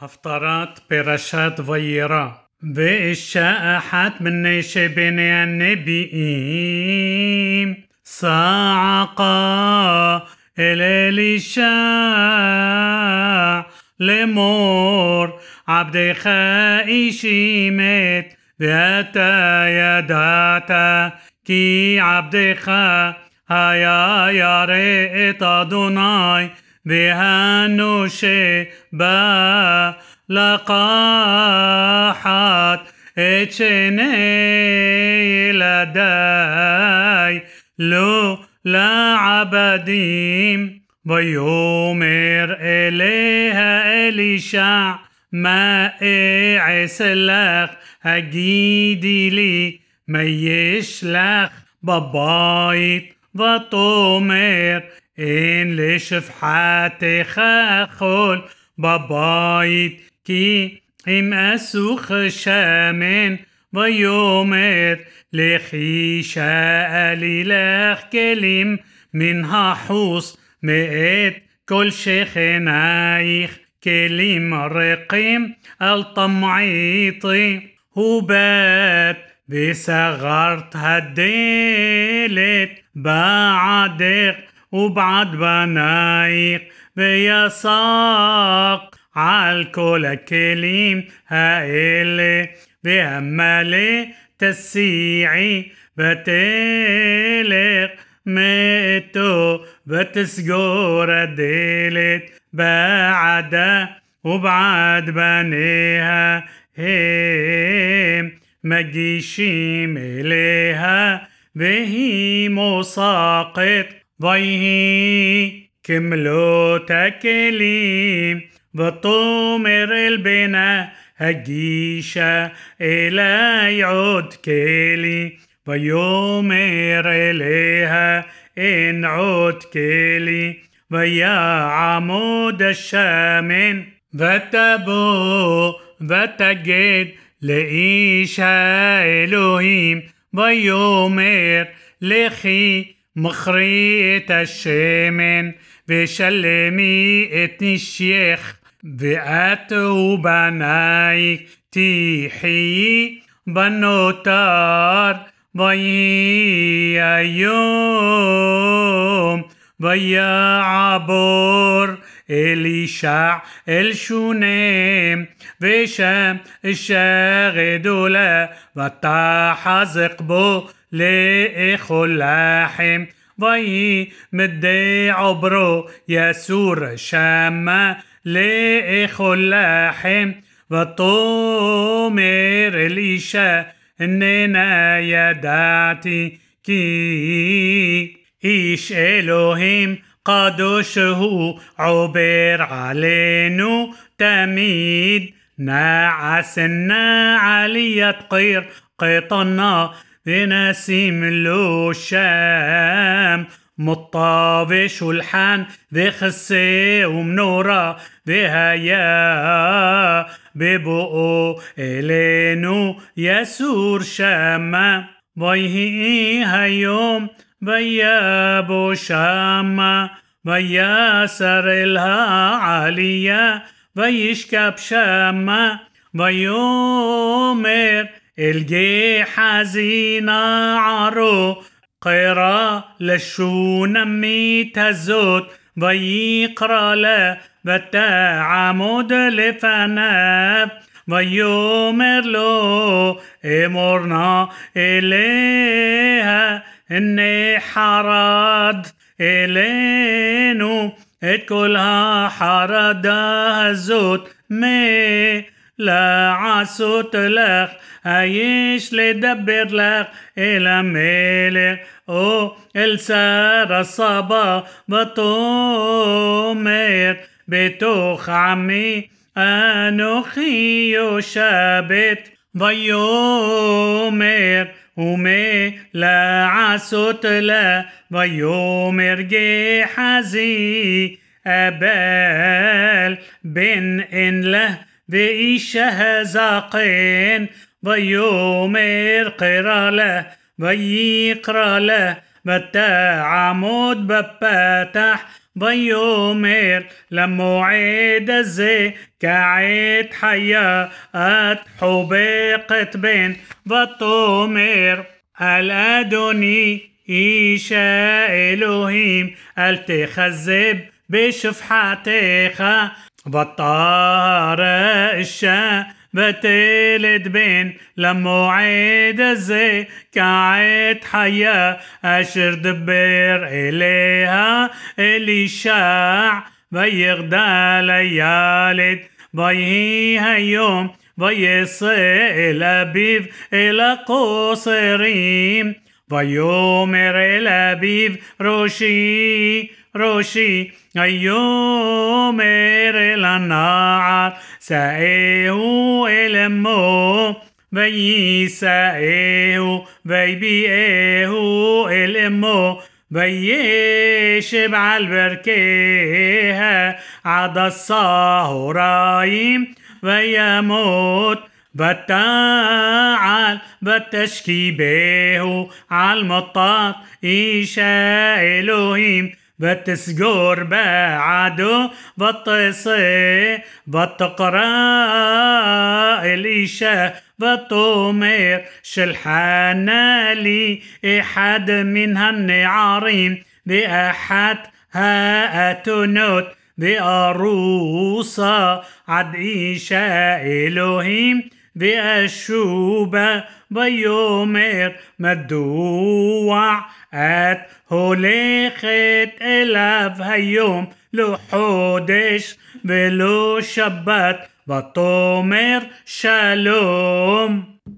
הפטרת פרשת וירא. ואישה אחת בני הנביאים צעקה אל אלישע לאמור, עבדך אישי מת, ואתה ידעת כי עבדך היה ירא את אדוני, והנושה בא לקחת את שני ילדיי לו לעבדים. ויאמר אליה אלישע, מה אעשה לך? הגידי לי מה יש לך בבית. ותאמר, אין לשפחתך חול בבית, כי אם אסוך שמן. ויאמר, לכי שאלי לך כלים מן החוץ מאת כל שכנייך, כלים ריקים אל תמעיטי. ובאת וסגרת הדלת בעדך ובעד בנייך, ויסק על כל הכלים האלה, והמלא תסיעי ותלך מאתו, ותסגור הדלת בעדה ובעד בניה, הם מגישים אליה והיא מוסקת. ויהי כמלות הכלים, ותאמר אל בנה, הגישה אלי עוד כלי. ויאמר אליה, אין עוד כלי. ויעמוד השמן, ותבוא ותגד לאיש האלוהים, ויאמר, לכי מכרי את השמן ושלמי את נשייך, ואת ובנייך תחיי בנותר. ויהי היום ויעבור אלישע אל שונם, ושם אישה גדולה, ותחזק בו לאכול לחם. ויהי מדי עברו יסור שמה לאכול לחם. ותאמר אלישע, הננה ידעתי כי איש אלוהים קדוש הוא, עובר עלינו תמיד. נעשנה עליית קיר קטנה, ונשים לו שם מטה ושולחן וכסא ומנורה, והיה בבואו אלינו יסור שמה. ויהי היום ויבוא שמה, ויסר אל העלייה, וישכב שמה. ויאמר אל גחזי נערו, קרא לשונמית הזאת, ויקרא לה ותעמוד לפניו. ויאמר לו, אמור נא אליה, הנה חרד אלינו את כל החרדה הזאת, לעשות לך? היש לדבר לך אל המלך או אל שר הסבא? ותאמר, בתוך עמי אנוכי יושבת. ויאמר, ומה לעשות לה? ויאמר גחזי, אבל בן אין לה, ואישה זקן. ויאמר קרא לה, ויקרא לה, ותעמוד בפתח, ויאמר למועד הזה כעת חיה את חובקת בן ותאמר על אדוני איש האלוהים אל תכזב בשפחתך וطار אישה ותלד בן למועד הזה כעת חיה אשר דבר אליה אלישע ויגדל הילד ויהי היום ויצא אל אביו אל הקוצרים ויאמר אל אביו ראשי ראשי ויאמר אל הנער שאהו אל אמו ויישאהו ויביאהו אל אמו וישב על ברכיה עד הצהריים וימות ותעל ותשכיבהו על מוטת איש האלוהים ותסגור בעדו ותעשה ותקרא אלישע ותאמר שלחנה לי אחד מן הנערים באחת האתונות בארוסה עד איש האלוהים ואשובה ויאמר מדוע את הולכת אליו היום לא חודש ולא שבת ותאמר שלום